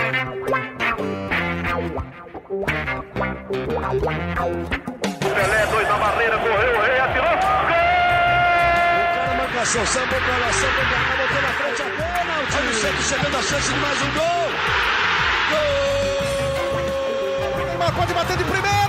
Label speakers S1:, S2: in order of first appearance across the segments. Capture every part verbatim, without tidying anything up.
S1: Pelé, dois na barreira, correu, o rei atirou. Gol!
S2: O cara marcação, sambou pra lá, sambou pra cá, botou na frente a pênalti. Olha o Santos chegando a chance de mais um gol. Gol! Neymar pode bater de primeira.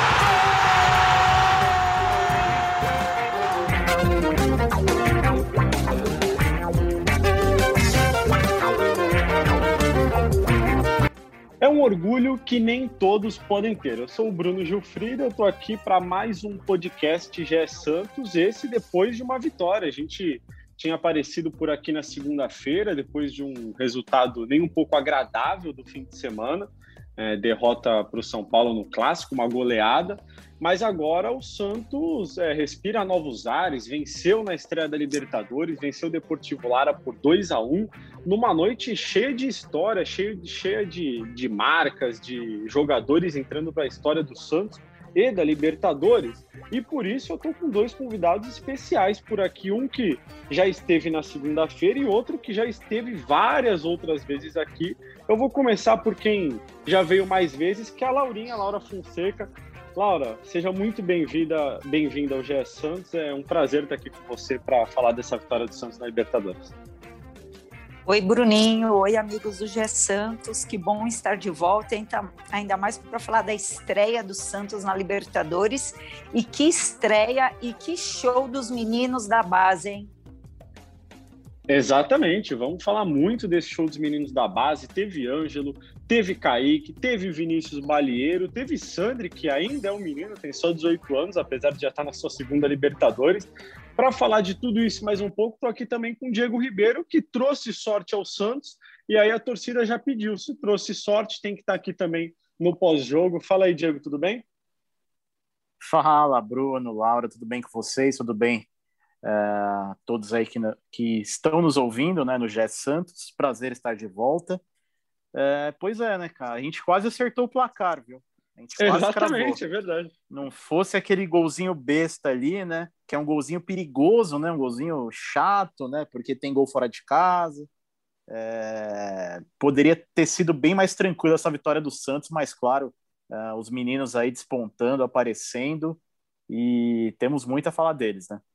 S3: É um orgulho que nem todos podem ter. Eu sou o Bruno Gilfrida, eu estou aqui para mais um podcast G E Santos, esse depois de uma vitória. A gente tinha aparecido por aqui na segunda-feira, depois de um resultado nem um pouco agradável do fim de semana, é, derrota para o São Paulo no Clássico, uma goleada, mas agora o Santos é, respira novos ares, venceu na estreia da Libertadores, venceu o Deportivo Lara por dois a um, numa noite cheia de história, cheia de, cheia de, de marcas, de jogadores entrando para a história do Santos e da Libertadores, e por isso eu estou com dois convidados especiais por aqui, um que já esteve na segunda-feira e outro que já esteve várias outras vezes aqui. Eu vou começar por quem já veio mais vezes, que é a Laurinha, a Laura Fonseca. Laura, seja muito bem-vinda, bem-vinda ao G E Santos, é um prazer estar aqui com você para falar dessa vitória do Santos na Libertadores.
S4: Oi, Bruninho. Oi, amigos do G E Santos. Que bom estar de volta, ainda mais para falar da estreia do Santos na Libertadores. E que estreia e que show dos meninos da base, hein?
S3: Exatamente, vamos falar muito desse show dos meninos da base. Teve Ângelo, teve Kaique, teve Vinícius Balieiro, teve Sandri, que ainda é um menino, tem só dezoito anos, apesar de já estar na sua segunda Libertadores. Para falar de tudo isso mais um pouco, estou aqui também com o Diego Ribeiro, que trouxe sorte ao Santos, e aí a torcida já pediu, se trouxe sorte, tem que estar aqui também no pós-jogo. Fala aí, Diego, tudo bem?
S5: Fala, Bruno, Laura, tudo bem com vocês? Tudo bem? Uh, todos aí que, que estão nos ouvindo, né, no G E Santos, prazer estar de volta. Uh, pois é, né, cara, a gente quase acertou o placar, viu? A gente quase
S3: Exatamente,
S5: cravou.
S3: É verdade.
S5: Não fosse aquele golzinho besta ali, né, que é um golzinho perigoso, né, um golzinho chato, né, porque tem gol fora de casa. Uh, poderia ter sido bem mais tranquila essa vitória do Santos, mas claro, uh, os meninos aí despontando, aparecendo, e temos muito a falar deles, né?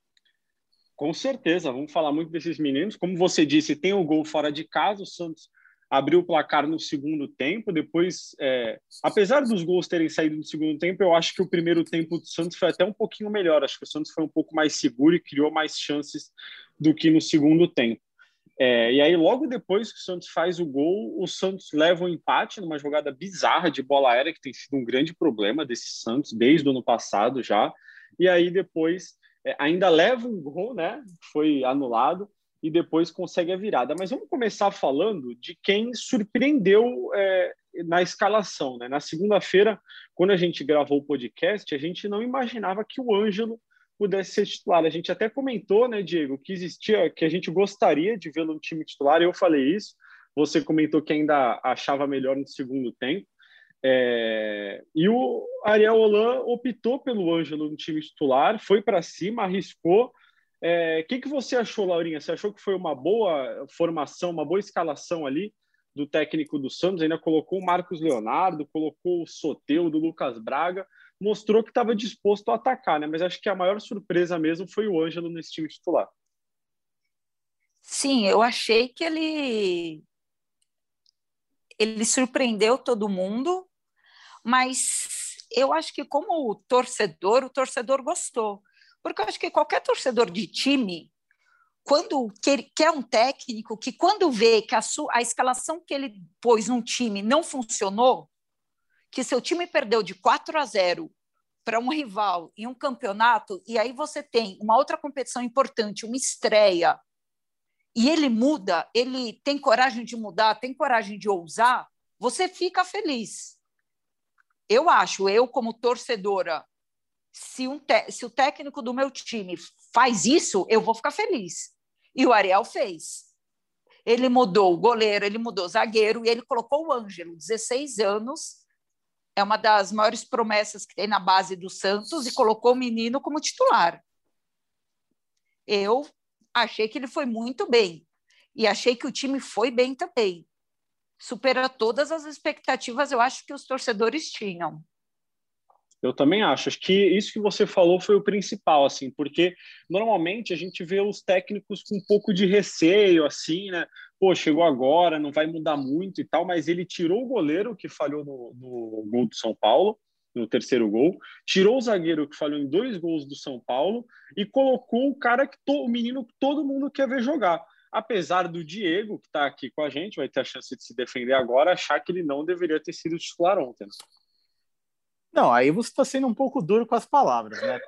S3: Com certeza, vamos falar muito desses meninos. Como você disse, tem o gol fora de casa, o Santos abriu o placar no segundo tempo, depois, é, apesar dos gols terem saído no segundo tempo, eu acho que o primeiro tempo do Santos foi até um pouquinho melhor, acho que o Santos foi um pouco mais seguro e criou mais chances do que no segundo tempo. É, e aí, logo depois que o Santos faz o gol, o Santos leva o empate numa jogada bizarra de bola aérea, que tem sido um grande problema desse Santos desde o ano passado já, e aí depois É, ainda leva um gol, né? Foi anulado e depois consegue a virada. Mas vamos começar falando de quem surpreendeu é, na escalação, né? Na segunda-feira, quando a gente gravou o podcast, a gente não imaginava que o Ângelo pudesse ser titular. A gente até comentou, né, Diego, que existia, que a gente gostaria de vê-lo no time titular. Eu falei isso. Você comentou que ainda achava melhor no segundo tempo. É, e o Ariel Holan optou pelo Ângelo no time titular, foi para cima, arriscou. O é, que, que você achou, Laurinha? Você achou que foi uma boa formação, uma boa escalação ali do técnico do Santos? Ainda colocou o Marcos Leonardo, colocou o Soteldo, o Lucas Braga, mostrou que estava disposto a atacar, né? Mas acho que a maior surpresa mesmo foi o Ângelo nesse time titular.
S4: Sim, eu achei que ele ele surpreendeu todo mundo, mas eu acho que como torcedor, o torcedor gostou. Porque eu acho que qualquer torcedor de time, quando quer, quer um técnico que quando vê que a, sua, a escalação que ele pôs num time não funcionou, que seu time perdeu de quatro a zero para um rival em um campeonato, e aí você tem uma outra competição importante, uma estreia, e ele muda, ele tem coragem de mudar, tem coragem de ousar, você fica feliz. Eu acho, eu como torcedora, se, um te, se o técnico do meu time faz isso, eu vou ficar feliz. E o Ariel fez. Ele mudou o goleiro, ele mudou o zagueiro, e ele colocou o Ângelo, dezesseis anos, é uma das maiores promessas que tem na base do Santos, e colocou o menino como titular. Eu achei que ele foi muito bem. E achei que o time foi bem também. supera todas as expectativas, eu acho que os torcedores tinham.
S3: Eu também acho. Acho que isso que você falou foi o principal, assim, porque normalmente a gente vê os técnicos com um pouco de receio, assim, né? Pô, chegou agora, não vai mudar muito e tal, mas ele tirou o goleiro que falhou no, no gol do São Paulo, no terceiro gol, tirou o zagueiro que falhou em dois gols do São Paulo e colocou o cara que to, o menino que todo mundo quer ver jogar. Apesar do Diego, que está aqui com a gente, vai ter a chance de se defender agora, achar que ele não deveria ter sido titular ontem.
S5: Não, aí você está sendo um pouco duro com as palavras, né?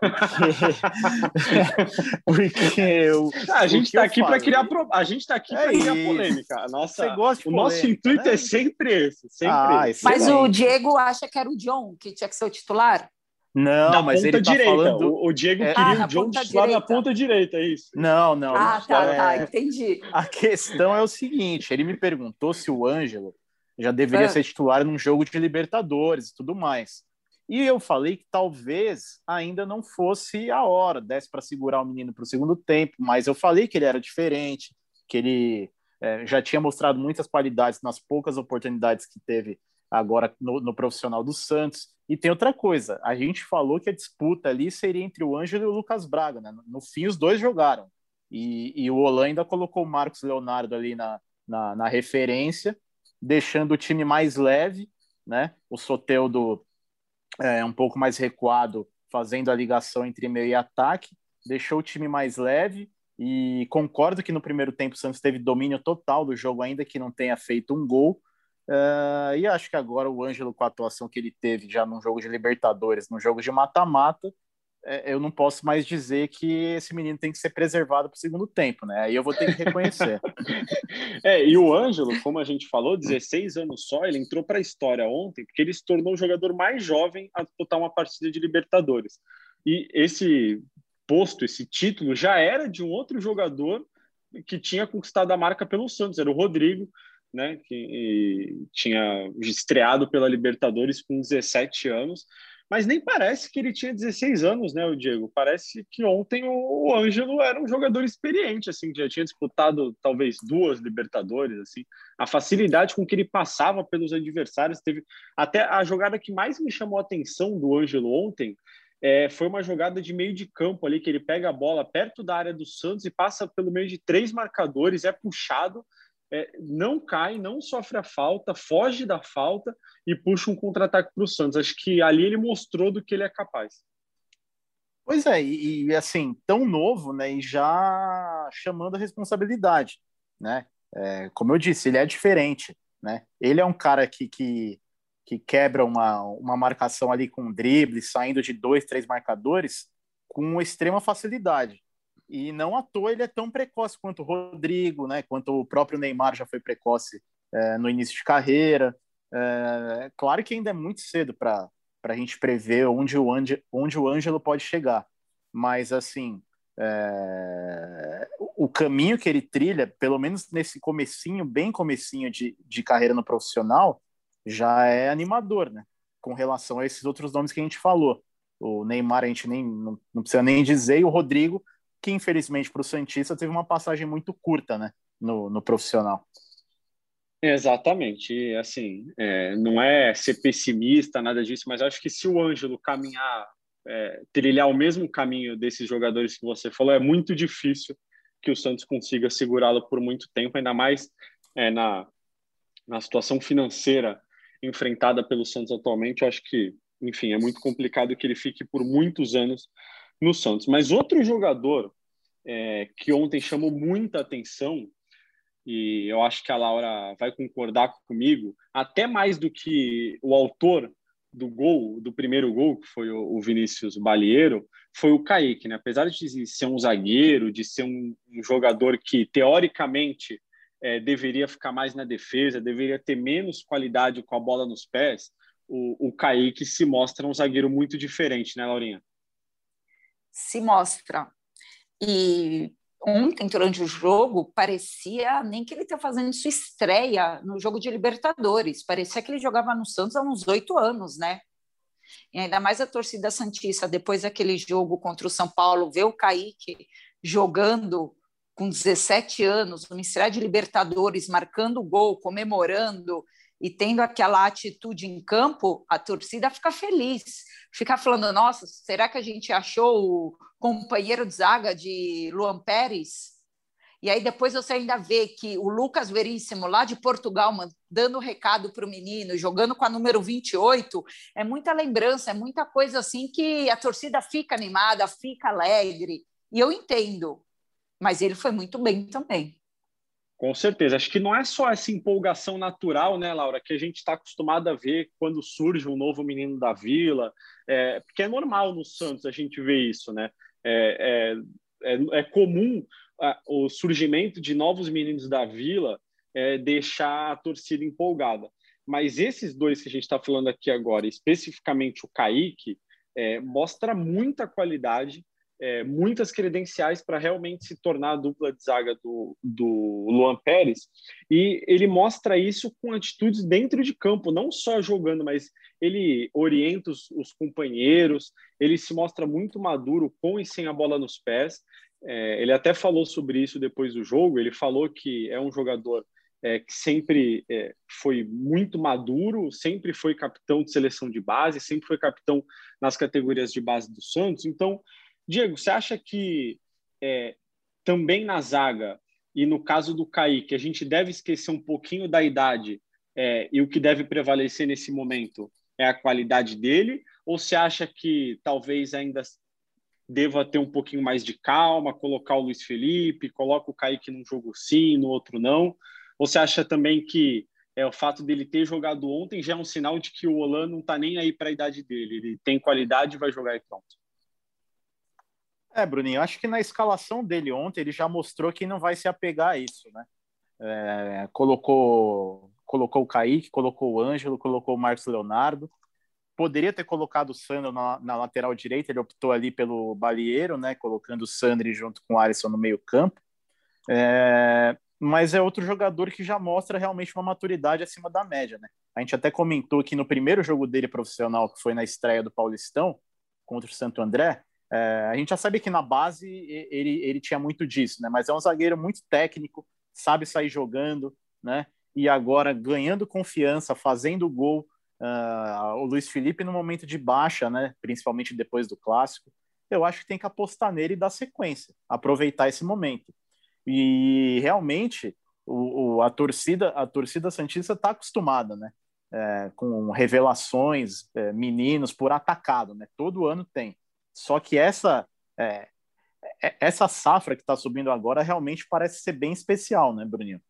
S5: Porque, Porque o,
S3: a gente está aqui para criar
S5: pro...
S3: a gente está aqui é para criar polêmica. A nossa,
S5: você gosta de
S3: o
S5: polêmica,
S3: nosso intuito
S5: né?
S3: é sempre esse, sempre
S5: ah,
S3: esse.
S4: Mas o Diego acha que era o John que tinha que ser o titular?
S5: Não,
S3: da
S5: mas
S3: ponta
S5: ele tá
S3: direita.
S5: falando...
S3: O, o Diego
S5: é...
S3: queria
S4: ah,
S3: o John titular
S4: direita.
S3: na ponta direita, é isso?
S5: Não, não.
S4: Ah, tá,
S5: é...
S4: tá, entendi.
S5: A questão é o seguinte, ele me perguntou se o Ângelo já deveria
S4: é.
S5: ser titular num jogo de Libertadores e tudo mais. E eu falei que talvez ainda não fosse a hora, desse para segurar o menino para o segundo tempo, mas eu falei que ele era diferente, que ele é, já tinha mostrado muitas qualidades nas poucas oportunidades que teve agora no, no profissional do Santos. E tem outra coisa, a gente falou que a disputa ali seria entre o Ângelo e o Lucas Braga, né? No fim, os dois jogaram. E, e o Olan ainda colocou o Marcos Leonardo ali na, na, na referência, deixando o time mais leve, né? O Soteldo é, um pouco mais recuado, fazendo a ligação entre meio e ataque, deixou o time mais leve, e concordo que no primeiro tempo o Santos teve domínio total do jogo, ainda que não tenha feito um gol, uh, e acho que agora o Ângelo, com a atuação que ele teve já num jogo de Libertadores, num jogo de mata-mata, é, eu não posso mais dizer que esse menino tem que ser preservado para o segundo tempo, né? Aí eu vou ter que reconhecer.
S3: É, e o Ângelo, como a gente falou, dezesseis anos só, ele entrou para a história ontem, porque ele se tornou o jogador mais jovem a disputar uma partida de Libertadores. E esse posto, esse título, já era de um outro jogador que tinha conquistado a marca pelo Santos, era o Rodrigo, né, que tinha estreado pela Libertadores com dezessete anos, mas nem parece que ele tinha dezesseis anos, né, o Diego? Parece que ontem o Ângelo era um jogador experiente, assim, que já tinha disputado talvez duas Libertadores, assim. A facilidade com que ele passava pelos adversários, teve até a jogada que mais me chamou a atenção do Ângelo ontem, é, foi uma jogada de meio de campo ali, que ele pega a bola perto da área do Santos e passa pelo meio de três marcadores, é puxado, É, não cai, não sofre a falta, foge da falta e puxa um contra-ataque para o Santos. Acho que ali ele mostrou do que ele é capaz.
S5: Pois é, e, e assim, tão novo, né, e já chamando a responsabilidade, né? É, como eu disse, ele é diferente, né? Ele é um cara que, que, que quebra uma, uma marcação ali com um drible, saindo de dois, três marcadores, com extrema facilidade. E não à toa ele é tão precoce quanto o Rodrigo, né? Quanto o próprio Neymar já foi precoce é, no início de carreira. É, claro que ainda é muito cedo para a gente prever onde o, Ange, onde o Ângelo pode chegar. Mas, assim, é, o caminho que ele trilha, pelo menos nesse comecinho, bem comecinho de, de carreira no profissional, já é animador, né? Com relação a esses outros nomes que a gente falou. O Neymar a gente nem, não, não precisa nem dizer, e o Rodrigo, que infelizmente para o Santista teve uma passagem muito curta, né, no, no profissional.
S3: Exatamente, e, assim, é, não é ser pessimista, nada disso, mas acho que se o Ângelo caminhar, é, trilhar o mesmo caminho desses jogadores que você falou, é muito difícil que o Santos consiga segurá-lo por muito tempo, ainda mais é, na, na situação financeira enfrentada pelo Santos atualmente. Eu acho que, enfim, é muito complicado que ele fique por muitos anos no Santos. Mas outro jogador é, que ontem chamou muita atenção, e eu acho que a Laura vai concordar comigo, até mais do que o autor do gol, do primeiro gol, que foi o Vinícius Balieiro, foi o Kaique, né? Apesar de ser um zagueiro, de ser um, um jogador que, teoricamente, é, deveria ficar mais na defesa, deveria ter menos qualidade com a bola nos pés, o, o Kaique se mostra um zagueiro muito diferente, né, Laurinha?
S4: Se mostra. E ontem, durante o jogo, parecia nem que ele está fazendo sua estreia no jogo de Libertadores. Parecia que ele jogava no Santos há uns oito anos, né? E ainda mais a torcida santista, depois daquele jogo contra o São Paulo, ver o Kaique jogando com dezessete anos, numa estreia de Libertadores, marcando o gol, comemorando e tendo aquela atitude em campo, a torcida fica feliz, fica falando, nossa, será que a gente achou o companheiro de zaga de Luan Pérez? E aí depois você ainda vê que o Lucas Veríssimo, lá de Portugal, dando recado para o menino, jogando com a número vinte e oito, é muita lembrança, é muita coisa assim que a torcida fica animada, fica alegre, e eu entendo, mas ele foi muito bem também.
S3: Com certeza. Acho que não é só essa empolgação natural, né, Laura, que a gente está acostumado a ver quando surge um novo menino da Vila, é, porque é normal no Santos a gente ver isso, né? É, é, é, é comum a, o surgimento de novos meninos da Vila é, deixar a torcida empolgada. Mas esses dois que a gente está falando aqui agora, especificamente o Kaique, é, mostra muita qualidade, É, muitas credenciais para realmente se tornar a dupla de zaga do, do Luan Pérez, e ele mostra isso com atitudes dentro de campo, não só jogando, mas ele orienta os, os companheiros, ele se mostra muito maduro com e sem a bola nos pés. É, ele até falou sobre isso depois do jogo, ele falou que é um jogador é, que sempre é, foi muito maduro, sempre foi capitão de seleção de base, sempre foi capitão nas categorias de base do Santos. Então, Diego, você acha que é, também na zaga, e no caso do Kaique, a gente deve esquecer um pouquinho da idade é, e o que deve prevalecer nesse momento é a qualidade dele? Ou você acha que talvez ainda deva ter um pouquinho mais de calma, colocar o Luiz Felipe, coloca o Kaique num jogo sim, no outro não? Ou você acha também que é, o fato dele ter jogado ontem já é um sinal de que o Olan não está nem aí para a idade dele, ele tem qualidade e vai jogar e pronto?
S5: É, Bruninho, eu acho que na escalação dele ontem ele já mostrou que não vai se apegar a isso, né? É, colocou, colocou o Kaique, colocou o Ângelo, colocou o Marcos Leonardo. Poderia ter colocado o Sandro na, na lateral direita, ele optou ali pelo Balieiro, né? Colocando o Sandri junto com o Alisson no meio campo. É, mas é outro jogador que já mostra realmente uma maturidade acima da média, né? A gente até comentou que no primeiro jogo dele profissional, que foi na estreia do Paulistão, contra o Santo André, É, a gente já sabe que na base ele, ele tinha muito disso, né? Mas é um zagueiro muito técnico, sabe sair jogando, né? E agora ganhando confiança, fazendo gol. Uh, o Luiz Felipe no momento de baixa, né? Principalmente depois do clássico. Eu acho que tem que apostar nele e dar sequência, aproveitar esse momento. E realmente o, o, a torcida, a torcida santista está acostumada, né? É, com revelações, é, meninos por atacado, né? Todo ano tem. Só que essa, é, essa safra que está subindo agora realmente parece ser bem especial, né, Bruninho?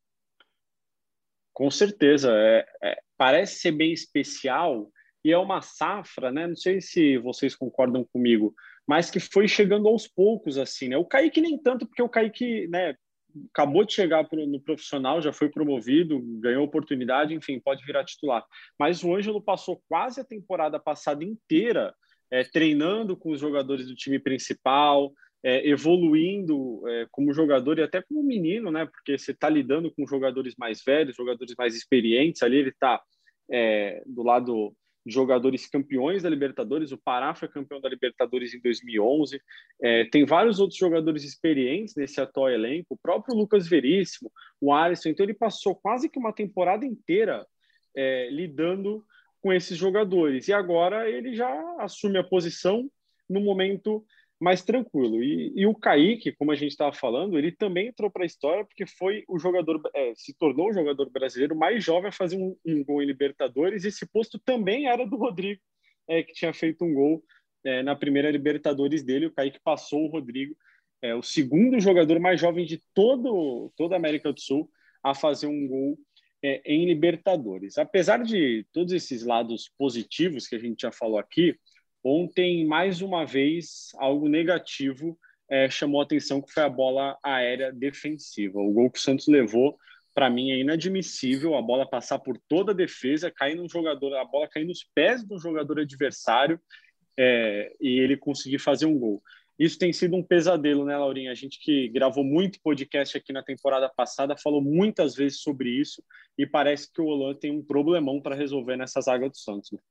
S3: Com certeza. É, é, parece ser bem especial e é uma safra, né? Não sei se vocês concordam comigo, mas que foi chegando aos poucos, assim, né? O Kaique nem tanto, porque o Kaique, né, acabou de chegar pro, no profissional, já foi promovido, ganhou oportunidade, enfim, pode virar titular. Mas o Ângelo passou quase a temporada passada inteira É, treinando com os jogadores do time principal, é, evoluindo é, como jogador e até como menino, né? Porque você está lidando com jogadores mais velhos, jogadores mais experientes. Ali ele está é, do lado de jogadores campeões da Libertadores. O Pará foi campeão da Libertadores em dois mil e onze. É, tem vários outros jogadores experientes nesse atual elenco. O próprio Lucas Veríssimo, o Alisson. Então ele passou quase que uma temporada inteira é, lidando com esses jogadores, e agora ele já assume a posição no momento mais tranquilo. E, e o Kaique, como a gente estava falando, ele também entrou para a história porque foi o jogador, é, se tornou o jogador brasileiro mais jovem a fazer um, um gol em Libertadores, e esse posto também era do Rodrigo, é, que tinha feito um gol é, na primeira Libertadores dele. O Kaique passou o Rodrigo, é, o segundo jogador mais jovem de todo, toda a América do Sul a fazer um gol É, em Libertadores. Apesar de todos esses lados positivos que a gente já falou aqui, ontem, mais uma vez, algo negativo é, chamou a atenção, que foi a bola aérea defensiva. O gol que o Santos levou, para mim, é inadmissível, a bola passar por toda a defesa, cair no jogador, a bola cair nos pés do jogador adversário é, e ele conseguir fazer um gol. Isso tem sido um pesadelo, né, Laurinha? A gente que gravou muito podcast aqui na temporada passada falou muitas vezes sobre isso, e parece que o Olan tem um problemão para resolver nessa zaga do Santos, né?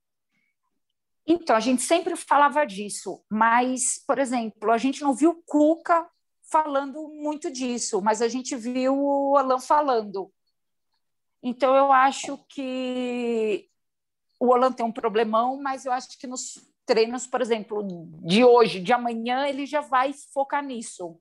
S4: Então, a gente sempre falava disso, mas, por exemplo, a gente não viu o Cuca falando muito disso, mas a gente viu o Alan falando. Então, eu acho que o Alan tem um problemão, mas eu acho que nos treinos, por exemplo, de hoje, de amanhã, ele já vai focar nisso.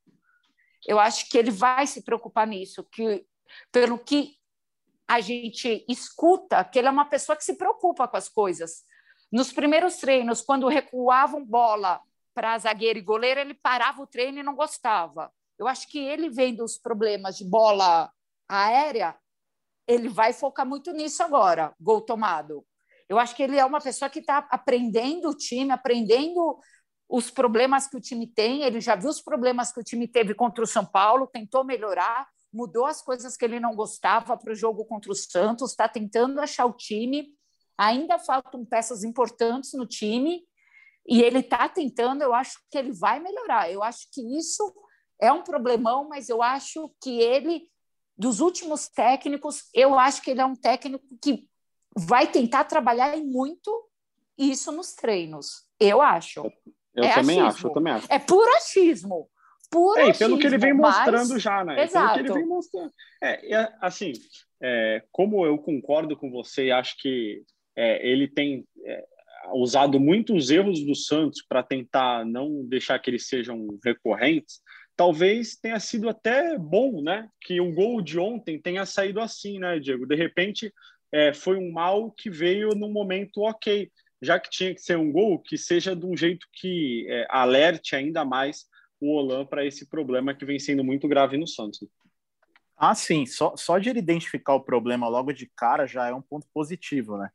S4: Eu acho que ele vai se preocupar nisso, que, pelo que a gente escuta, que ele é uma pessoa que se preocupa com as coisas. Nos primeiros treinos, quando recuavam bola para zagueiro e goleiro, ele parava o treino e não gostava. Eu acho que ele, vendo os problemas de bola aérea, ele vai focar muito nisso agora, gol tomado. Eu acho que ele é uma pessoa que está aprendendo o time, aprendendo os problemas que o time tem. Ele já viu os problemas que o time teve contra o São Paulo, tentou melhorar, mudou as coisas que ele não gostava para o jogo contra o Santos, está tentando achar o time. Ainda faltam peças importantes no time e ele está tentando. Eu acho que ele vai melhorar. Eu acho que isso é um problemão, mas eu acho que ele, dos últimos técnicos, eu acho que ele é um técnico que vai tentar trabalhar muito isso nos treinos. Eu acho.
S3: Eu
S4: é
S3: também
S4: achismo.
S3: acho, eu também acho.
S4: É puro achismo. Puro
S3: é, e
S4: achismo,
S3: pelo que ele vem mostrando
S4: mas...
S3: já, né?
S4: Exato.
S3: Pelo que ele vem mostrando. É, é, assim, é, como eu concordo com você, acho que é, ele tem é, usado muitos erros do Santos para tentar não deixar que eles sejam recorrentes. Talvez tenha sido até bom, né? Que o gol de ontem tenha saído assim, né, Diego? De repente, é, foi um mal que veio num momento ok. Já que tinha que ser um gol, que seja de um jeito que é, alerte ainda mais o Olan para esse problema que vem sendo muito grave no Santos.
S5: Ah, sim. Só, só de ele identificar o problema logo de cara já é um ponto positivo, né?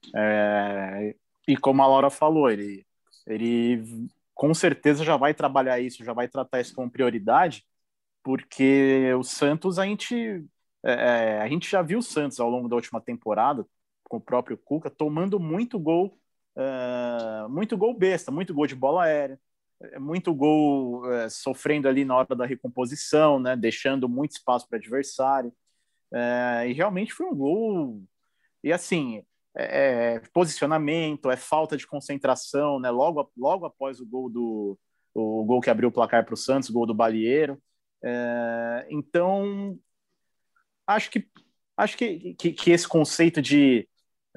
S5: É, e como a Laura falou, ele, ele com certeza já vai trabalhar isso, já vai tratar isso como prioridade, porque o Santos, a gente, é, a gente já viu o Santos ao longo da última temporada, com o próprio Cuca, tomando muito gol, é, muito gol besta, muito gol de bola aérea, muito gol é, sofrendo ali na hora da recomposição, né, deixando muito espaço para o adversário, é, e realmente foi um gol, e assim, é, é posicionamento, é falta de concentração, né, logo, logo após o gol do o gol que abriu o placar para o Santos, o gol do Balieiro, é, então acho que acho que, que, que esse conceito de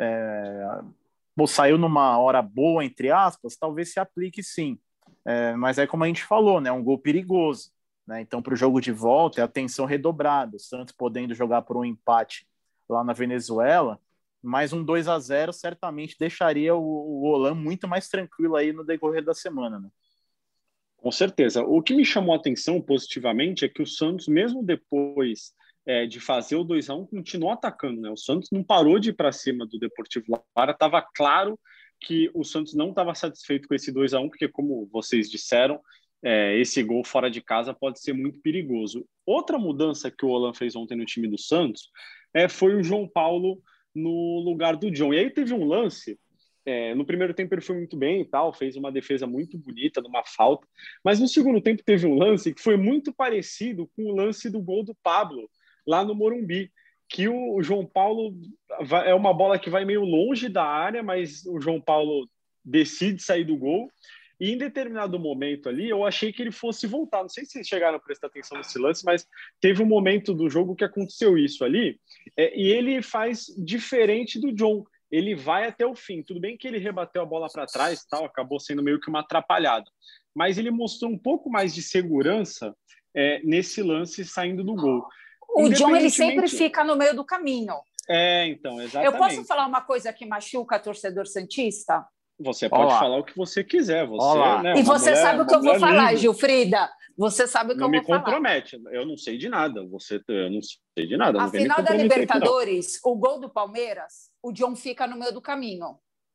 S5: é, bom, saiu numa hora boa, entre aspas, talvez se aplique sim. É, mas é como a gente falou, né? Um gol perigoso, né? Então, para o jogo de volta, é atenção redobrada. O Santos podendo jogar por um empate lá na Venezuela, mais um dois a zero certamente deixaria o, o Olan muito mais tranquilo aí no decorrer da semana, né?
S3: Com certeza. O que me chamou a atenção positivamente é que o Santos, mesmo depois é, de fazer o dois a um, continuou atacando, né? O Santos não parou de ir para cima do Deportivo Lara. Estava claro que o Santos não estava satisfeito com esse dois a um, porque, como vocês disseram, é, esse gol fora de casa pode ser muito perigoso. Outra mudança que o Olan fez ontem no time do Santos é, foi o João Paulo no lugar do John. E aí teve um lance, é, no primeiro tempo ele foi muito bem e tal, fez uma defesa muito bonita, numa falta, mas no segundo tempo teve um lance que foi muito parecido com o lance do gol do Pablo, lá no Morumbi, que o João Paulo vai, é uma bola que vai meio longe da área, mas o João Paulo decide sair do gol, e em determinado momento ali, eu achei que ele fosse voltar. Não sei se vocês chegaram a prestar atenção nesse lance, mas teve um momento do jogo que aconteceu isso ali, é, e ele faz diferente do John. Ele vai até o fim. Tudo bem que ele rebateu a bola para trás, tal, acabou sendo meio que uma atrapalhada, mas ele mostrou um pouco mais de segurança é, nesse lance saindo do gol.
S4: O John, ele sempre fica no meio do caminho.
S3: É, então, exatamente.
S4: Eu posso falar uma coisa que machuca torcedor santista?
S3: Você pode
S5: Olá.
S3: falar o que você quiser. Você,
S5: Olá.
S3: né,
S4: E você
S3: mulher,
S4: sabe o que eu vou
S3: mulher
S4: falar,
S3: livre.
S4: Gilfrida. Você sabe o que
S3: não
S4: eu
S3: me
S4: vou falar.
S3: compromete. Eu não sei de nada. Você, eu não sei de nada.
S4: A
S3: não vem me
S4: final da
S3: comprometer aqui, não.
S4: Libertadores, o gol do Palmeiras, o John fica no meio do caminho.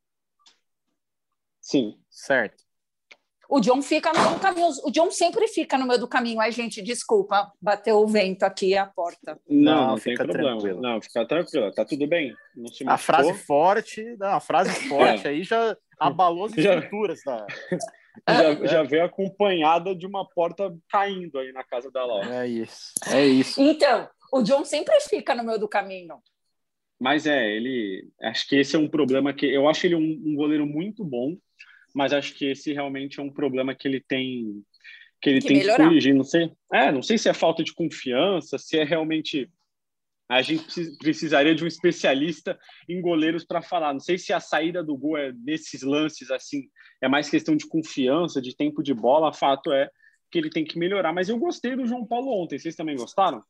S3: Sim.
S5: Certo.
S4: O John fica no meio do caminho. O John sempre fica no meio do caminho. Ai, gente, desculpa, bateu o vento aqui à porta.
S3: Não,
S5: Não,
S3: não, tem
S5: fica
S3: problema.
S5: tranquilo.
S3: Não, fica tranquilo. Tá tudo bem. Não se
S5: A
S3: machucou.
S5: frase forte, não, a frase forte
S3: É.
S5: aí já abalou as
S3: Já-
S5: estruturas da.
S3: Já, já veio acompanhada de uma porta caindo aí na casa da Laura.
S5: É isso. É isso.
S4: Então, o John sempre fica no meio do caminho.
S3: Mas é, ele... Acho que esse é um problema que... Eu acho ele um, um goleiro muito bom, mas acho que esse realmente é um problema que ele tem que ele
S4: que
S3: tem
S4: melhorar.
S3: que corrigir. Não sei, é, não sei se é falta de confiança, se é realmente... A gente precisaria de um especialista em goleiros para falar. Não sei se a saída do gol é nesses lances assim, é mais questão de confiança, de tempo de bola. Fato é que ele tem que melhorar. Mas eu gostei do João Paulo ontem. Vocês também gostaram?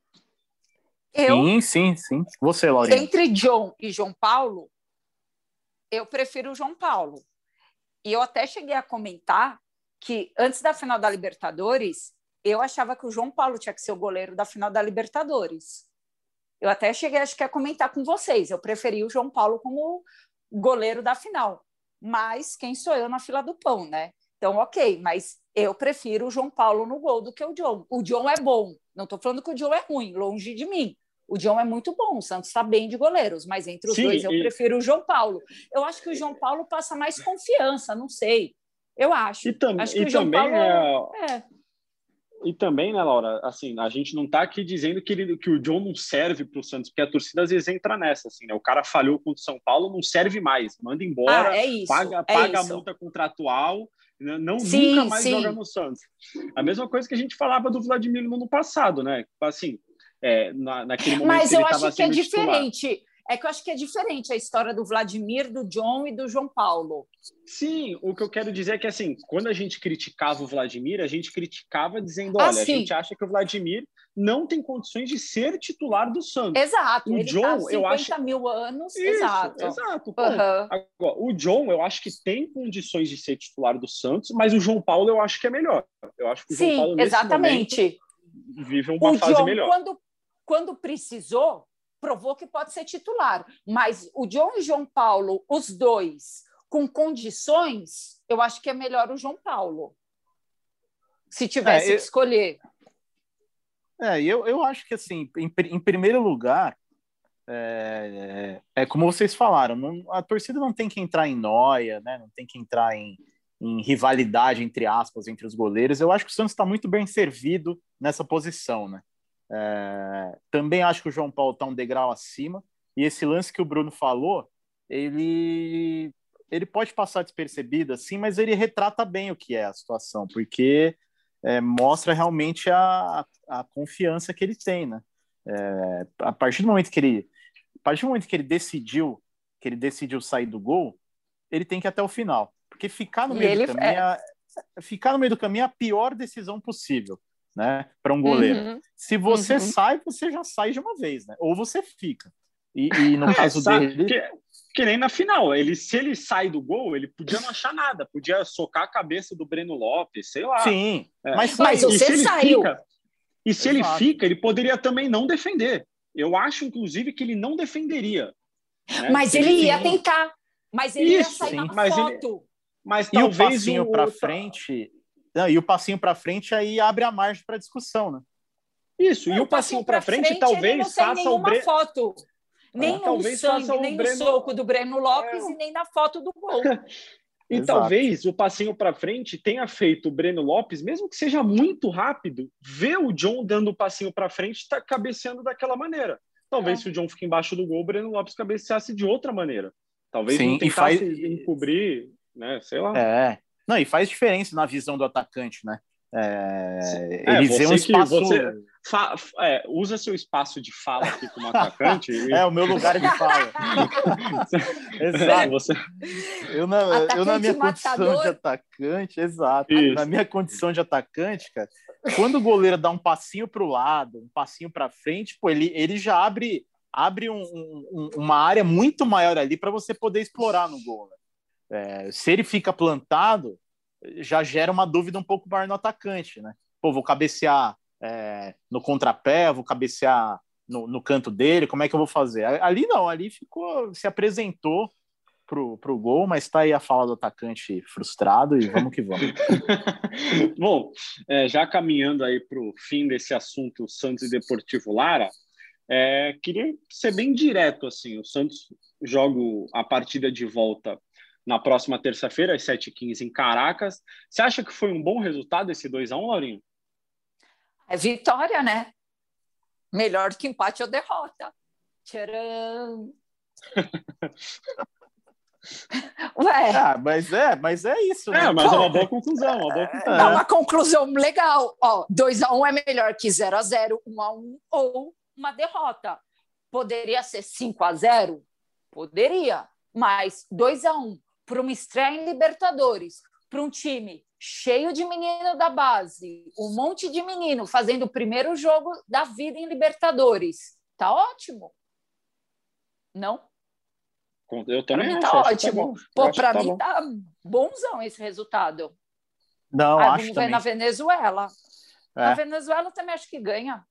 S4: Eu,
S5: Sim, sim, sim. Você, Laurinha.
S4: entre John e João Paulo, eu prefiro o João Paulo. E eu até cheguei a comentar que antes da final da Libertadores, eu achava que o João Paulo tinha que ser o goleiro da final da Libertadores. Eu até cheguei, acho que, a comentar com vocês. Eu preferi o João Paulo como goleiro da final. Mas quem sou eu na fila do pão, né? Então, ok. Mas eu prefiro o João Paulo no gol do que o John. O John é bom. Não estou falando que o John é ruim, longe de mim. O John é muito bom. O Santos está bem de goleiros. Mas entre os
S3: Sim,
S4: dois, eu
S3: e...
S4: prefiro o João Paulo. Eu acho que o João Paulo passa mais confiança. Não sei. Eu acho.
S3: E, tam...
S4: acho que
S3: e
S4: o João
S3: também
S4: Paulo...
S3: é...
S4: é...
S3: E também, né, Laura, assim, a gente não está aqui dizendo que, ele, que o John não serve para o Santos, porque a torcida às vezes entra nessa, assim, né? O cara falhou contra o São Paulo, não serve mais, manda embora,
S4: ah, é isso,
S3: paga,
S4: é
S3: paga
S4: isso.
S3: a multa contratual, não,
S4: sim,
S3: nunca mais
S4: sim.
S3: joga no Santos. A mesma coisa que a gente falava do Vladimir no ano passado, né? Assim, é, na, naquele momento
S4: Mas
S3: que ele
S4: eu
S3: estava
S4: acho que é
S3: sendo titular.
S4: diferente. É que eu acho que é diferente a história do Vladimir, do John e do João Paulo.
S3: Sim, o que eu quero dizer é que, assim, quando a gente criticava o Vladimir, a gente criticava dizendo,
S4: Ah,
S3: olha,
S4: sim.
S3: a gente acha que o Vladimir não tem condições de ser titular do Santos.
S4: Exato,
S3: O
S4: ele
S3: John,
S4: tá há cinquenta
S3: eu acho...
S4: mil anos.
S3: Isso,
S4: exato.
S3: exato.
S4: Uhum.
S3: Agora, o John, eu acho que tem condições de ser titular do Santos, mas o João Paulo eu acho que é melhor. Eu acho que o
S4: sim,
S3: João Paulo, nesse
S4: exatamente.
S3: momento, vive uma
S4: o
S3: fase
S4: John,
S3: melhor.
S4: Quando, quando precisou, provou que pode ser titular. Mas o John e o João Paulo, os dois, com condições, eu acho que é melhor o João Paulo. Se tivesse
S5: é, eu...
S4: que escolher.
S5: É, eu, eu acho que, assim, em, em primeiro lugar, é, é, é como vocês falaram, não, a torcida não tem que entrar em nóia, né? Não tem que entrar em, em rivalidade, entre aspas, entre os goleiros. Eu acho que o Santos está muito bem servido nessa posição, né? É, também acho que o João Paulo está um degrau acima, e esse lance que o Bruno falou, ele, ele pode passar despercebido, assim, mas ele retrata bem o que é a situação, porque é, mostra realmente a, a confiança que ele tem, né? É, a partir do momento que ele a partir do momento que ele decidiu que ele decidiu sair do gol, ele tem que ir até o final, porque ficar no
S4: E
S5: meio
S4: ele-
S5: do caminho
S4: é.
S5: é, ficar no meio do caminho é a pior decisão possível, né, para um goleiro.
S4: Uhum.
S5: Se você
S4: Uhum.
S5: sai, você já sai de uma vez, né? Ou você fica. E, e no
S3: É,
S5: caso
S3: sabe,
S5: dele,
S3: que, que nem na final. Ele, se ele sai do gol, ele podia não achar nada. Podia socar a cabeça do Breno Lopes, sei lá.
S5: sim,
S3: É.
S5: mas
S4: Mas
S5: saiu.
S3: E
S4: você
S3: se ele
S4: saiu.
S3: fica, e se
S5: Exato.
S3: ele fica, ele poderia também não defender. Eu acho, inclusive, que ele não defenderia. Né?
S4: Mas
S3: Se
S4: ele ia
S3: não-
S4: tentar. Mas ele ia
S3: Isso,
S4: sair
S5: sim.
S4: na
S3: mas ele-
S4: foto.
S3: Mas
S5: E o
S3: talvez
S5: passinho
S3: o...
S5: para frente, não, e o passinho para frente aí abre a margem para discussão, né?
S3: Isso, e o passinho para frente,
S4: ele não
S3: talvez
S4: tem
S3: faça o
S4: nenhuma
S3: Breno...
S4: foto. Nem no
S3: talvez
S4: sangue,
S3: faça o
S4: nem
S3: Breno-
S4: no soco do Breno Lopes
S3: É.
S4: e nem na foto do gol.
S3: E
S5: Exato.
S3: talvez o passinho para frente tenha feito o Breno Lopes, mesmo que seja muito rápido, ver o John dando o passinho para frente e tá cabeceando daquela maneira. Talvez
S4: É.
S3: se o John fique embaixo do gol, o Breno Lopes cabeceasse de outra maneira. Talvez
S5: Sim,
S3: não
S5: e
S3: tentasse
S5: faz-
S3: encobrir, né? Sei lá.
S5: É. Não, e faz diferença na visão do atacante, né? É,
S3: É,
S5: ele vê um
S3: você que-
S5: espaço.
S3: você- Fa- é, usa seu espaço de fala aqui como atacante. e-
S5: É o meu lugar de fala. Exato.
S3: Você...
S5: Eu na, eu na minha
S4: Atacante
S5: condição
S4: matador.
S5: de atacante, exato.
S3: Isso.
S5: Na minha condição de atacante, cara, quando o goleiro dá um passinho para o lado, um passinho para frente, pô, ele, ele já abre, abre um, um, uma área muito maior ali para você poder explorar no gol. Né? É, se ele fica plantado, já gera uma dúvida um pouco maior no atacante, né? Pô, vou cabecear é, no contrapé, vou cabecear no, no canto dele, como é que eu vou fazer? Ali não, ali ficou, se apresentou pro, pro gol, mas tá aí a fala do atacante frustrado e vamos que vamos.
S3: Bom, é, já caminhando aí para o fim desse assunto Santos e Deportivo Lara, é, queria ser bem direto, assim, o Santos joga a partida de volta na próxima terça-feira, às sete e quinze, em Caracas. Você acha que foi um bom resultado esse dois a um, Laurinho?
S4: É vitória, né? Melhor que empate ou derrota. Tcharam! Ué,
S5: Ah, mas é, mas é isso, né?
S3: É, mas é uma boa conclusão, uma boa conclusão.
S4: é uma conclusão legal. Ó, dois a um é melhor que zero a zero, um a um ou uma derrota. Poderia ser cinco a zero? Poderia. Mas dois a um para uma estreia em Libertadores, para um time cheio de menino da base, um monte de menino fazendo o primeiro jogo da vida em Libertadores. Tá ótimo. Não?
S3: Eu
S4: Para
S3: também
S4: mim
S3: acho,
S4: tá
S3: acho
S4: ótimo.
S3: que tá
S4: Pô,
S3: bom.
S4: para
S3: Acho que
S4: mim
S3: tá
S4: tá bonzão esse resultado.
S5: Não,
S4: Aí
S5: acho
S4: vamos ver
S5: também.
S4: na Venezuela.
S5: É.
S4: Na Venezuela também acho que ganha.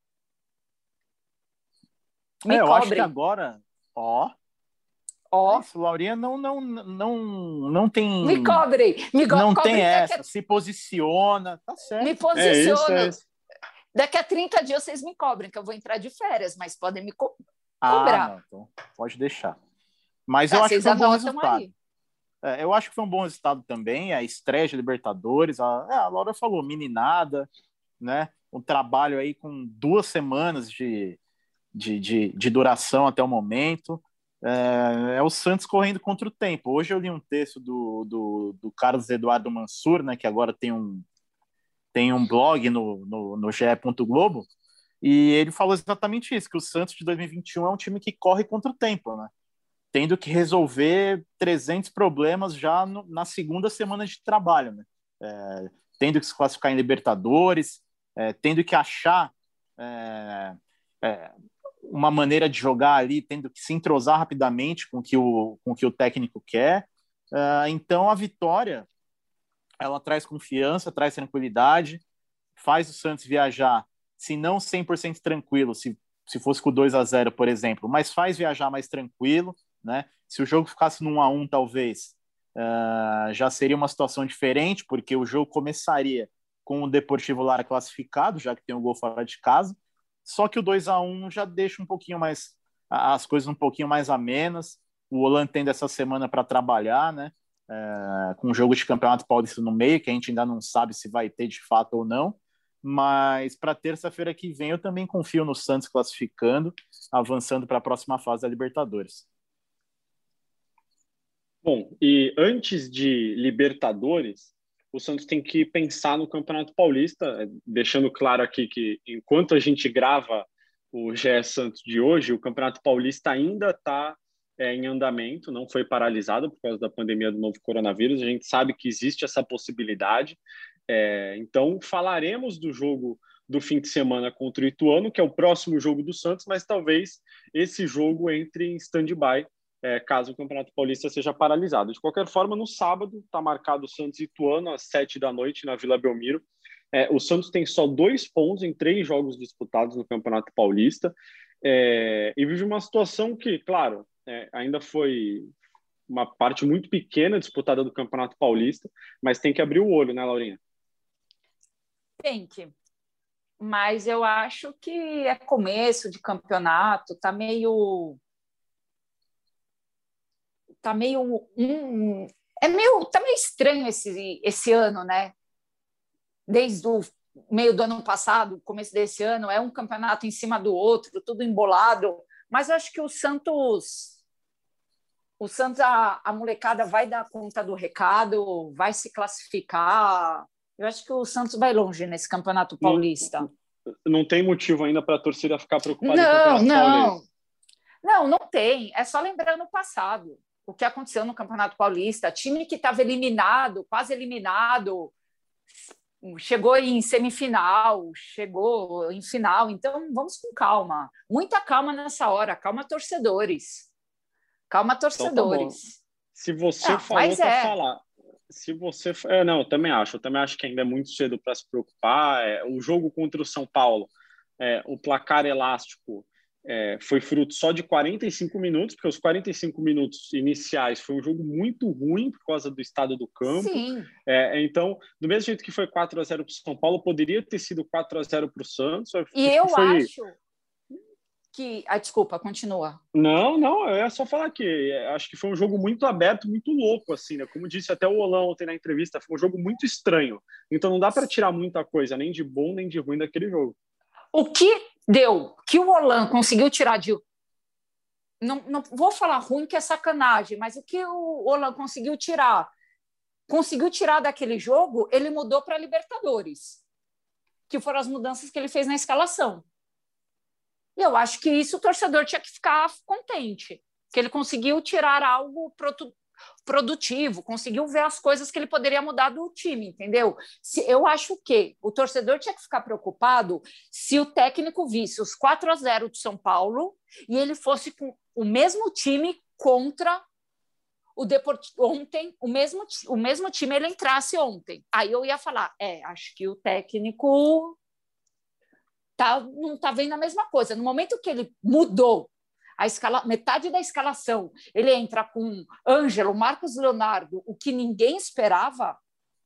S4: Me
S5: É, eu acho que
S4: cobrem.
S5: agora, ó,
S4: Ó,
S5: isso, Laurinha não, não, não, não tem,
S4: me cobrem. Me go-
S5: não tem
S4: cobrem daqui
S5: essa,
S4: a...
S5: se posiciona, tá
S4: Me
S5: certo.
S3: É
S4: posiciono.
S3: isso, é isso.
S4: Daqui a trinta dias vocês me cobrem, que eu vou entrar de férias, mas podem me co-
S5: Ah,
S4: cobrar.
S5: não, então pode deixar. Mas
S4: É,
S5: eu acho que
S4: vocês
S5: foi um bom
S4: anotam
S5: resultado.
S4: aí.
S5: É, eu acho que foi um bom resultado também, a estreia de Libertadores, a, é, a Laura falou, meninada, né? Um trabalho aí com duas semanas de, de, de, de duração até o momento. É, é o Santos correndo contra o tempo. Hoje eu li um texto do, do, do Carlos Eduardo Mansur, né, que agora tem um, tem um blog no, no, no G E. Globo, e ele falou exatamente isso, que o Santos de dois mil e vinte e um é um time que corre contra o tempo, né? Tendo que resolver trezentos problemas já no, na segunda semana de trabalho, né? É, tendo que se classificar em Libertadores, é, tendo que achar é, é, uma maneira de jogar ali, tendo que se entrosar rapidamente com que o, com o que o técnico quer. É, então, a vitória, ela traz confiança, traz tranquilidade, faz o Santos viajar, se não cem por cento tranquilo, se, se fosse com dois a zero, por exemplo, mas faz viajar mais tranquilo, né? Se o jogo ficasse no um a um, talvez, uh, já seria uma situação diferente, porque o jogo começaria com o Deportivo Lara classificado, já que tem um gol fora de casa, só que o dois a um já deixa um pouquinho mais, as coisas um pouquinho mais amenas, o Holanda tendo essa semana para trabalhar, né? Uh, com o jogo de Campeonato Paulista no meio, que a gente ainda não sabe se vai ter de fato ou não, mas para terça-feira que vem eu também confio no Santos classificando, avançando para a próxima fase da Libertadores.
S3: Bom, e antes de Libertadores, o Santos tem que pensar no Campeonato Paulista, deixando claro aqui que enquanto a gente grava o G E. Santos de hoje, o Campeonato Paulista ainda está é, em andamento, não foi paralisado por causa da pandemia do novo coronavírus, a gente sabe que existe essa possibilidade, é, então falaremos do jogo do fim de semana contra o Ituano, que é o próximo jogo do Santos, mas talvez esse jogo entre em stand-by, É, caso o Campeonato Paulista seja paralisado. De qualquer forma, no sábado está marcado o Santos e Ituano às sete da noite na Vila Belmiro. É, o Santos tem só dois pontos em três jogos disputados no Campeonato Paulista é, e vive uma situação que, claro, é, ainda foi uma parte muito pequena disputada do Campeonato Paulista, mas tem que abrir o olho, né, Laurinha?
S4: Tem que. Mas eu acho que é começo de campeonato, tá meio... Tá meio, hum, é meio, tá meio estranho esse, esse ano, né? Desde o meio do ano passado, começo desse ano, é um campeonato em cima do outro, tudo embolado. Mas eu acho que o Santos, o Santos, a, a molecada vai dar conta do recado, vai se classificar. Eu acho que o Santos vai longe nesse Campeonato Paulista.
S3: Não, não tem motivo ainda para a torcida ficar preocupada
S4: não,
S3: com o Campeonato
S4: não.
S3: Paulista.
S4: Não, não tem. É só lembrar no passado o que aconteceu no Campeonato Paulista. Time que estava eliminado, quase eliminado, chegou em semifinal, chegou em final. Então, vamos com calma. Muita calma nessa hora. Calma, torcedores. Calma, torcedores.
S3: Então, tá se você
S4: ah,
S3: falou para
S4: é.
S3: falar... Se você... É, não, eu também acho. Eu também acho que ainda é muito cedo para se preocupar. É, o jogo contra o São Paulo, é, o placar elástico, É, foi fruto só de quarenta e cinco minutos, porque os quarenta e cinco minutos iniciais foi um jogo muito ruim por causa do estado do campo.
S4: Sim.
S3: É, então, do mesmo jeito que foi quatro a zero para o São Paulo, poderia ter sido quatro a zero para o Santos.
S4: E
S3: acho
S4: eu
S3: que foi...
S4: acho que... Ah, desculpa, continua.
S3: Não, não, é só falar que acho que foi um jogo muito aberto, muito louco, assim, né? Como disse até o Olão ontem na entrevista, foi um jogo muito estranho. Então não dá para tirar muita coisa, nem de bom, nem de ruim daquele jogo.
S4: O que deu, que o Holland conseguiu tirar de, não, não vou falar ruim, que é sacanagem, mas o que o Olan conseguiu tirar? Conseguiu tirar daquele jogo, ele mudou para Libertadores, que foram as mudanças que ele fez na escalação. E eu acho que isso o torcedor tinha que ficar contente, que ele conseguiu tirar algo produtivo, conseguiu ver as coisas que ele poderia mudar do time, entendeu? Se, eu acho que o torcedor tinha que ficar preocupado se o técnico visse os quatro a zero do São Paulo e ele fosse com o mesmo time contra o Deportivo ontem, o mesmo, o mesmo time ele entrasse ontem. Aí eu ia falar, é, acho que o técnico tá, não está vendo a mesma coisa. No momento que ele mudou a escala, metade da escalação, ele entra com Ângelo, Marcos Leonardo, o que ninguém esperava,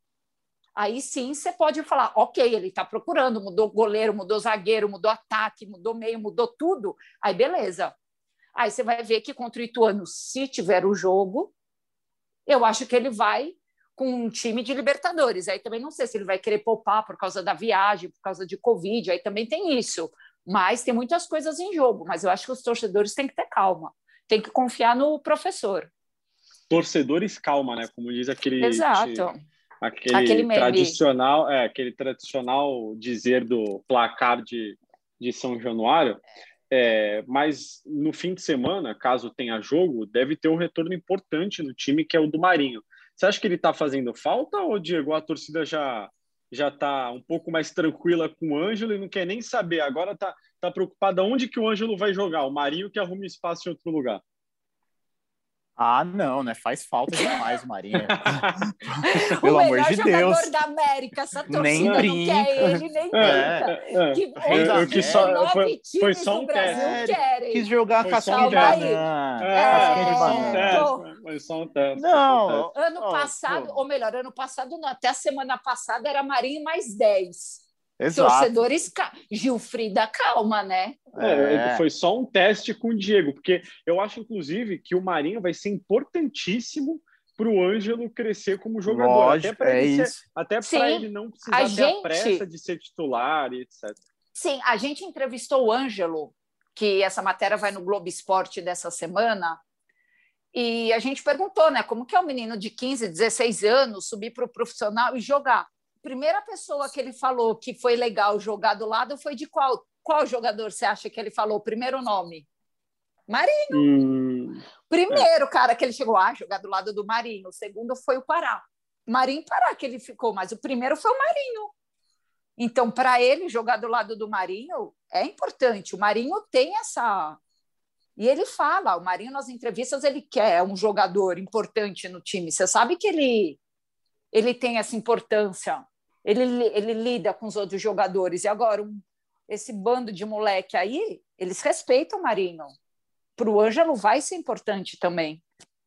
S4: aí sim você pode falar, ok, ele está procurando, mudou goleiro, mudou zagueiro, mudou ataque, mudou meio, mudou tudo, aí beleza. Aí você vai ver que contra o Ituano, se tiver o jogo, eu acho que ele vai com um time de Libertadores. Aí também não sei se ele vai querer poupar por causa da viagem, por causa de Covid, aí também tem isso. Mas tem muitas coisas em jogo, mas eu acho que os torcedores têm que ter calma, tem que confiar no professor.
S3: Torcedores, calma, né? Como diz aquele...
S4: Exato.
S3: Aquele, aquele tradicional, é, aquele tradicional dizer do placar de, de São Januário. É, mas no fim de semana, caso tenha jogo, deve ter um retorno importante no time, que é o do Marinho. Você acha que ele está fazendo falta ou, Diego, a torcida já já está um pouco mais tranquila com o Ângelo e não quer nem saber? Agora está tá preocupada onde que o Ângelo vai jogar, o Marinho que arrume espaço em outro lugar?
S5: Ah, não, né? Faz falta demais o Marinho.
S4: Pelo o amor de Deus. O melhor jogador da América, essa torcida
S5: nem
S4: não
S5: brinca.
S4: quer ele, nem brinca.
S3: É, é,
S4: que
S3: eu, eu que só, foi, foi só um
S4: Brasil
S3: teste.
S4: querem.
S5: Quis jogar
S3: foi
S5: casquinha de banana.
S3: É,
S5: Casquinha de banana.
S3: Foi só um teste.
S5: Não.
S4: Ano passado, ou melhor, ano passado não, até a semana passada era Marinho mais dez.
S5: Exato.
S4: Torcedores, Gilfrida, calma, né?
S3: É, foi só um teste com o Diego, porque eu acho, inclusive, que o Marinho vai ser importantíssimo para o Ângelo crescer como jogador.
S5: Lógico,
S3: até para
S5: é
S3: ele,
S5: isso.
S3: ser, até para ele não precisar
S4: a
S3: ter
S4: gente,
S3: a pressa de ser titular e etcétera.
S4: Sim, a gente entrevistou o Ângelo, que essa matéria vai no Globo Esporte dessa semana, e a gente perguntou, né, como que é um menino de quinze, dezesseis anos subir para o profissional e jogar? Primeira pessoa que ele falou que foi legal jogar do lado foi de qual? Qual jogador você acha que ele falou? O primeiro nome? Marinho.
S3: Hum,
S4: Primeiro, é. cara, que ele chegou a jogar do lado do Marinho. O segundo foi o Pará. Marinho e Pará que ele ficou, mas o primeiro foi o Marinho. Então, para ele jogar do lado do Marinho é importante. O Marinho tem essa... E ele fala, o Marinho nas entrevistas ele quer um jogador importante no time. Você sabe que ele, ele tem essa importância. Ele, ele lida com os outros jogadores. E agora, um, esse bando de moleque aí, eles respeitam o Marinho. Para o Ângelo vai ser importante também.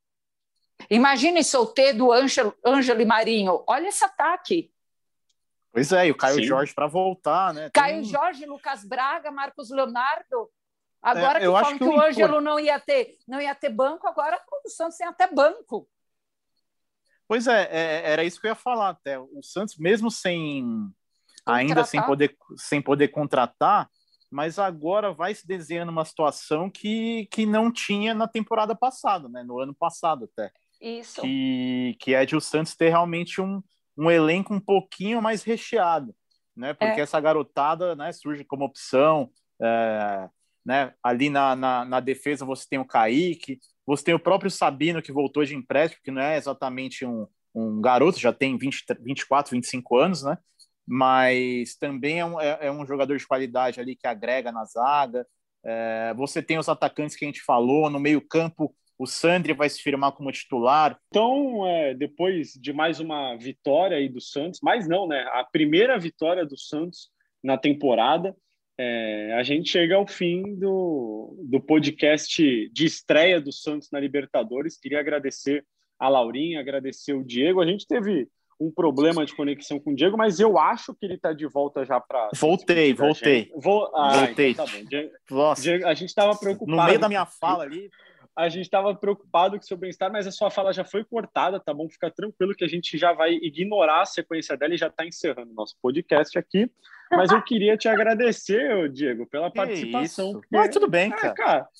S4: Imagine solteiro do Ângelo, Ângelo e Marinho. Olha esse ataque.
S5: Pois é, e o Caio
S3: Sim.
S5: Jorge para voltar, né?
S4: Caio
S5: Tem...
S4: Jorge, Lucas Braga, Marcos Leonardo. Agora
S5: É,
S4: que
S5: eu
S4: falam
S5: acho
S4: que,
S5: que
S4: o
S5: o
S4: Ângelo
S5: impor-
S4: não ia ter, não ia ter banco, agora o Santos tem até banco.
S5: Pois é, é, era isso que eu ia falar até. O Santos, mesmo sem ainda sem poder, sem poder contratar, mas agora vai se desenhando uma situação que, que não tinha na temporada passada, né? No ano passado até.
S4: Isso.
S5: Que, que é de o Santos ter realmente um, um elenco um pouquinho mais recheado, né? Porque
S4: É.
S5: essa garotada, né, surge como opção, é, né? Ali na, na, na defesa você tem o Kaique, você tem o próprio Sabino que voltou de empréstimo, que não é exatamente um, um garoto, já tem vinte, vinte e quatro, vinte e cinco anos, né? Mas também é um, é, é um jogador de qualidade ali que agrega na zaga. É, você tem os atacantes que a gente falou, no meio campo o Sandri vai se firmar como titular.
S3: Então, é, depois de mais uma vitória aí do Santos, mas não, né? A primeira vitória do Santos na temporada, é, a gente chega ao fim do, do podcast de estreia do Santos na Libertadores. Queria agradecer a Laurinha, agradecer o Diego. A gente teve um problema de conexão com o Diego, mas eu acho que ele está de volta já para...
S5: Voltei, voltei.
S3: Vou... Ah,
S5: voltei.
S3: Então tá bom. Diego,
S5: Nossa.
S3: Diego, a gente estava preocupado.
S5: No meio da minha fala ali...
S3: A gente estava preocupado com o seu bem-estar, mas a sua fala já foi cortada, tá bom? Fica tranquilo que a gente já vai ignorar a sequência dela e já está encerrando o nosso podcast aqui. Mas eu queria te agradecer, Diego, pela
S5: Que
S3: participação.
S5: isso?
S3: Porque...
S5: Mas tudo bem,
S3: Ah,
S5: cara.
S3: cara.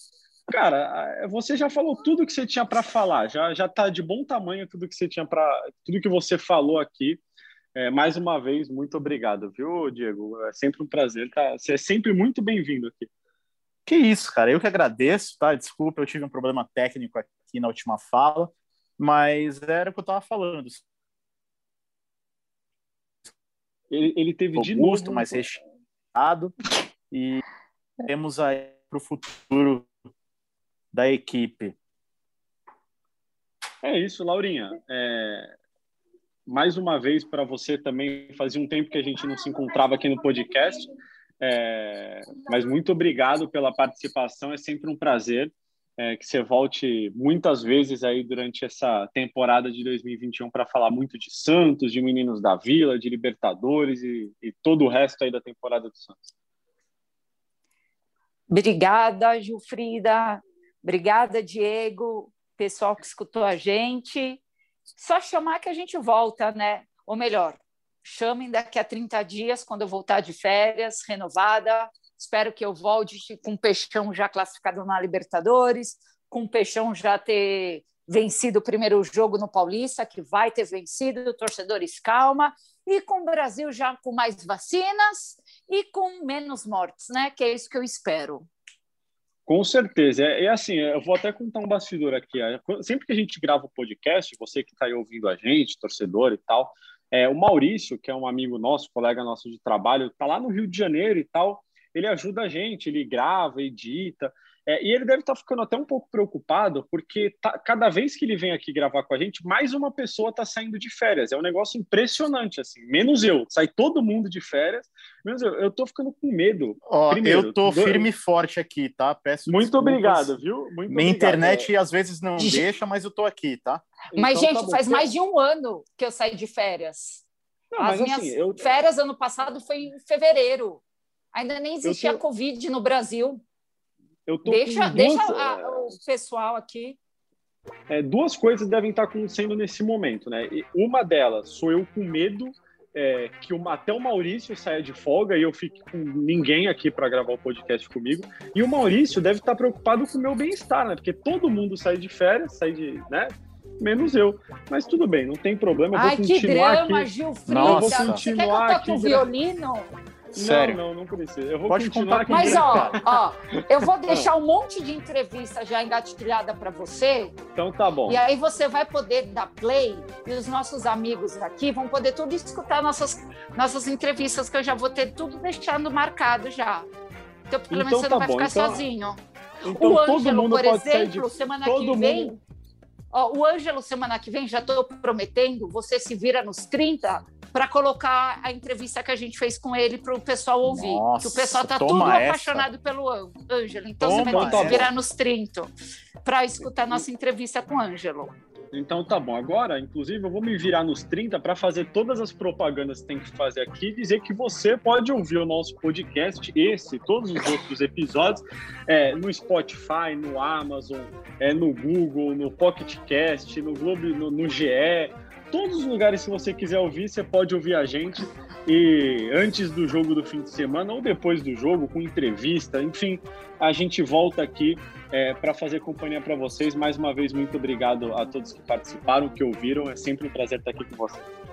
S3: Cara, você já falou tudo que você tinha para falar, já já está de bom tamanho tudo que você tinha para tudo que você falou aqui. É, mais uma vez, muito obrigado, viu, Diego? É sempre um prazer, tá? Você é sempre muito bem-vindo aqui.
S5: Que isso, cara, eu que agradeço, tá? Desculpa, eu tive um problema técnico aqui na última fala, mas era o que eu tava falando.
S3: Ele, ele teve de
S5: robusto,
S3: novo...
S5: mais recheado, e temos aí para o futuro da equipe.
S3: É isso, Laurinha. É... Mais uma vez, para você também, fazia um tempo que a gente não se encontrava aqui no podcast, é... mas muito obrigado pela participação, é sempre um prazer é, que você volte muitas vezes aí durante essa temporada de dois mil e vinte e um para falar muito de Santos, de Meninos da Vila, de Libertadores e, e todo o resto aí da temporada do Santos.
S4: Obrigada, Gilfrida. Obrigada, Diego, pessoal que escutou a gente. Só chamar que a gente volta, né? Ou melhor, chamem daqui a trinta dias, quando eu voltar de férias, renovada. Espero que eu volte com o Peixão já classificado na Libertadores, com o Peixão já ter vencido o primeiro jogo no Paulista, que vai ter vencido, torcedores, calma, e com o Brasil já com mais vacinas e com menos mortes, né? Que é isso que eu espero.
S3: Com certeza. É, é assim, eu vou até contar um bastidor aqui. Sempre que a gente grava o podcast, você que está aí ouvindo a gente, torcedor e tal, é, o Maurício, que é um amigo nosso, colega nosso de trabalho, está lá no Rio de Janeiro e tal, ele ajuda a gente, ele grava, edita, é, e ele deve estar ficando até um pouco preocupado, porque tá, cada vez que ele vem aqui gravar com a gente, mais uma pessoa está saindo de férias. É um negócio impressionante, assim. Menos eu. Sai todo mundo de férias, menos eu. Eu tô ficando com medo.
S5: Ó,
S3: Primeiro,
S5: eu tô
S3: do...
S5: firme e forte aqui, tá? Peço
S3: Muito
S5: desculpas.
S3: obrigado, viu? Muito
S5: Minha
S3: obrigado.
S5: internet às vezes não deixa, mas eu tô aqui, tá?
S4: Mas,
S3: Então,
S4: gente,
S3: tá
S4: faz
S3: bom.
S4: mais de um ano que eu saí de férias.
S3: Não,
S4: As
S3: mas
S4: minhas
S3: assim, eu...
S4: férias ano passado foi em fevereiro. Ainda nem existia
S3: tô...
S4: Covid no Brasil.
S3: Eu tô
S4: deixa
S3: com
S4: deixa
S3: duas...
S4: a, o pessoal aqui.
S3: É, duas coisas devem estar acontecendo nesse momento, né? E uma delas, sou eu com medo é, que o, até o Maurício saia de folga e eu fique com ninguém aqui para gravar o podcast comigo. E o Maurício deve estar preocupado com o meu bem-estar, né? Porque todo mundo sai de férias, sai de... né? Menos eu. Mas tudo bem, não tem problema. Eu
S4: Ai,
S3: vou
S4: que
S3: continuar
S4: drama,
S3: aqui.
S4: Gilfrida.
S5: Nossa.
S4: Você quer que eu toque o violino?
S5: Sério?
S3: Não, não, não precisa. Eu vou
S5: Pode
S3: continuar
S5: contar
S3: aqui.
S4: Mas, ó, ó, eu vou deixar um monte de entrevista já engatilhada para você.
S3: Então tá bom.
S4: E aí você vai poder dar play e os nossos amigos aqui vão poder tudo escutar nossas, nossas entrevistas, que eu já vou ter tudo deixando marcado já. Então, pelo menos
S3: Então
S4: você
S3: tá
S4: não vai
S3: bom.
S4: ficar
S3: Então-
S4: sozinho.
S3: Então
S4: O
S3: todo
S4: Ângelo,
S3: mundo
S4: por
S3: pode sair
S4: exemplo,
S3: de...
S4: semana
S3: todo
S4: que
S3: mundo...
S4: vem... Ó, o Ângelo, semana que vem, já estou prometendo, você se vira nos trinta para colocar a entrevista que a gente fez com ele para o pessoal ouvir.
S5: Nossa,
S4: que o pessoal está tudo
S5: toma essa.
S4: apaixonado pelo Ân- Ângelo. Então
S5: Toma
S4: você vai ter que
S3: essa.
S4: se virar nos trinta para escutar nossa entrevista com o Ângelo.
S3: Então tá bom. Agora, inclusive, eu vou me virar nos trinta para fazer todas as propagandas que tem que fazer aqui e dizer que você pode ouvir o nosso podcast, esse, todos os outros episódios, é, no Spotify, no Amazon, é, no Google, no Pocket Cast, no Globo, no, no G E. Todos os lugares que você quiser ouvir, você pode ouvir a gente. E antes do jogo do fim de semana ou depois do jogo, com entrevista, enfim, a gente volta aqui é, para fazer companhia para vocês. Mais uma vez, muito obrigado a todos que participaram, que ouviram. É sempre um prazer estar aqui com vocês.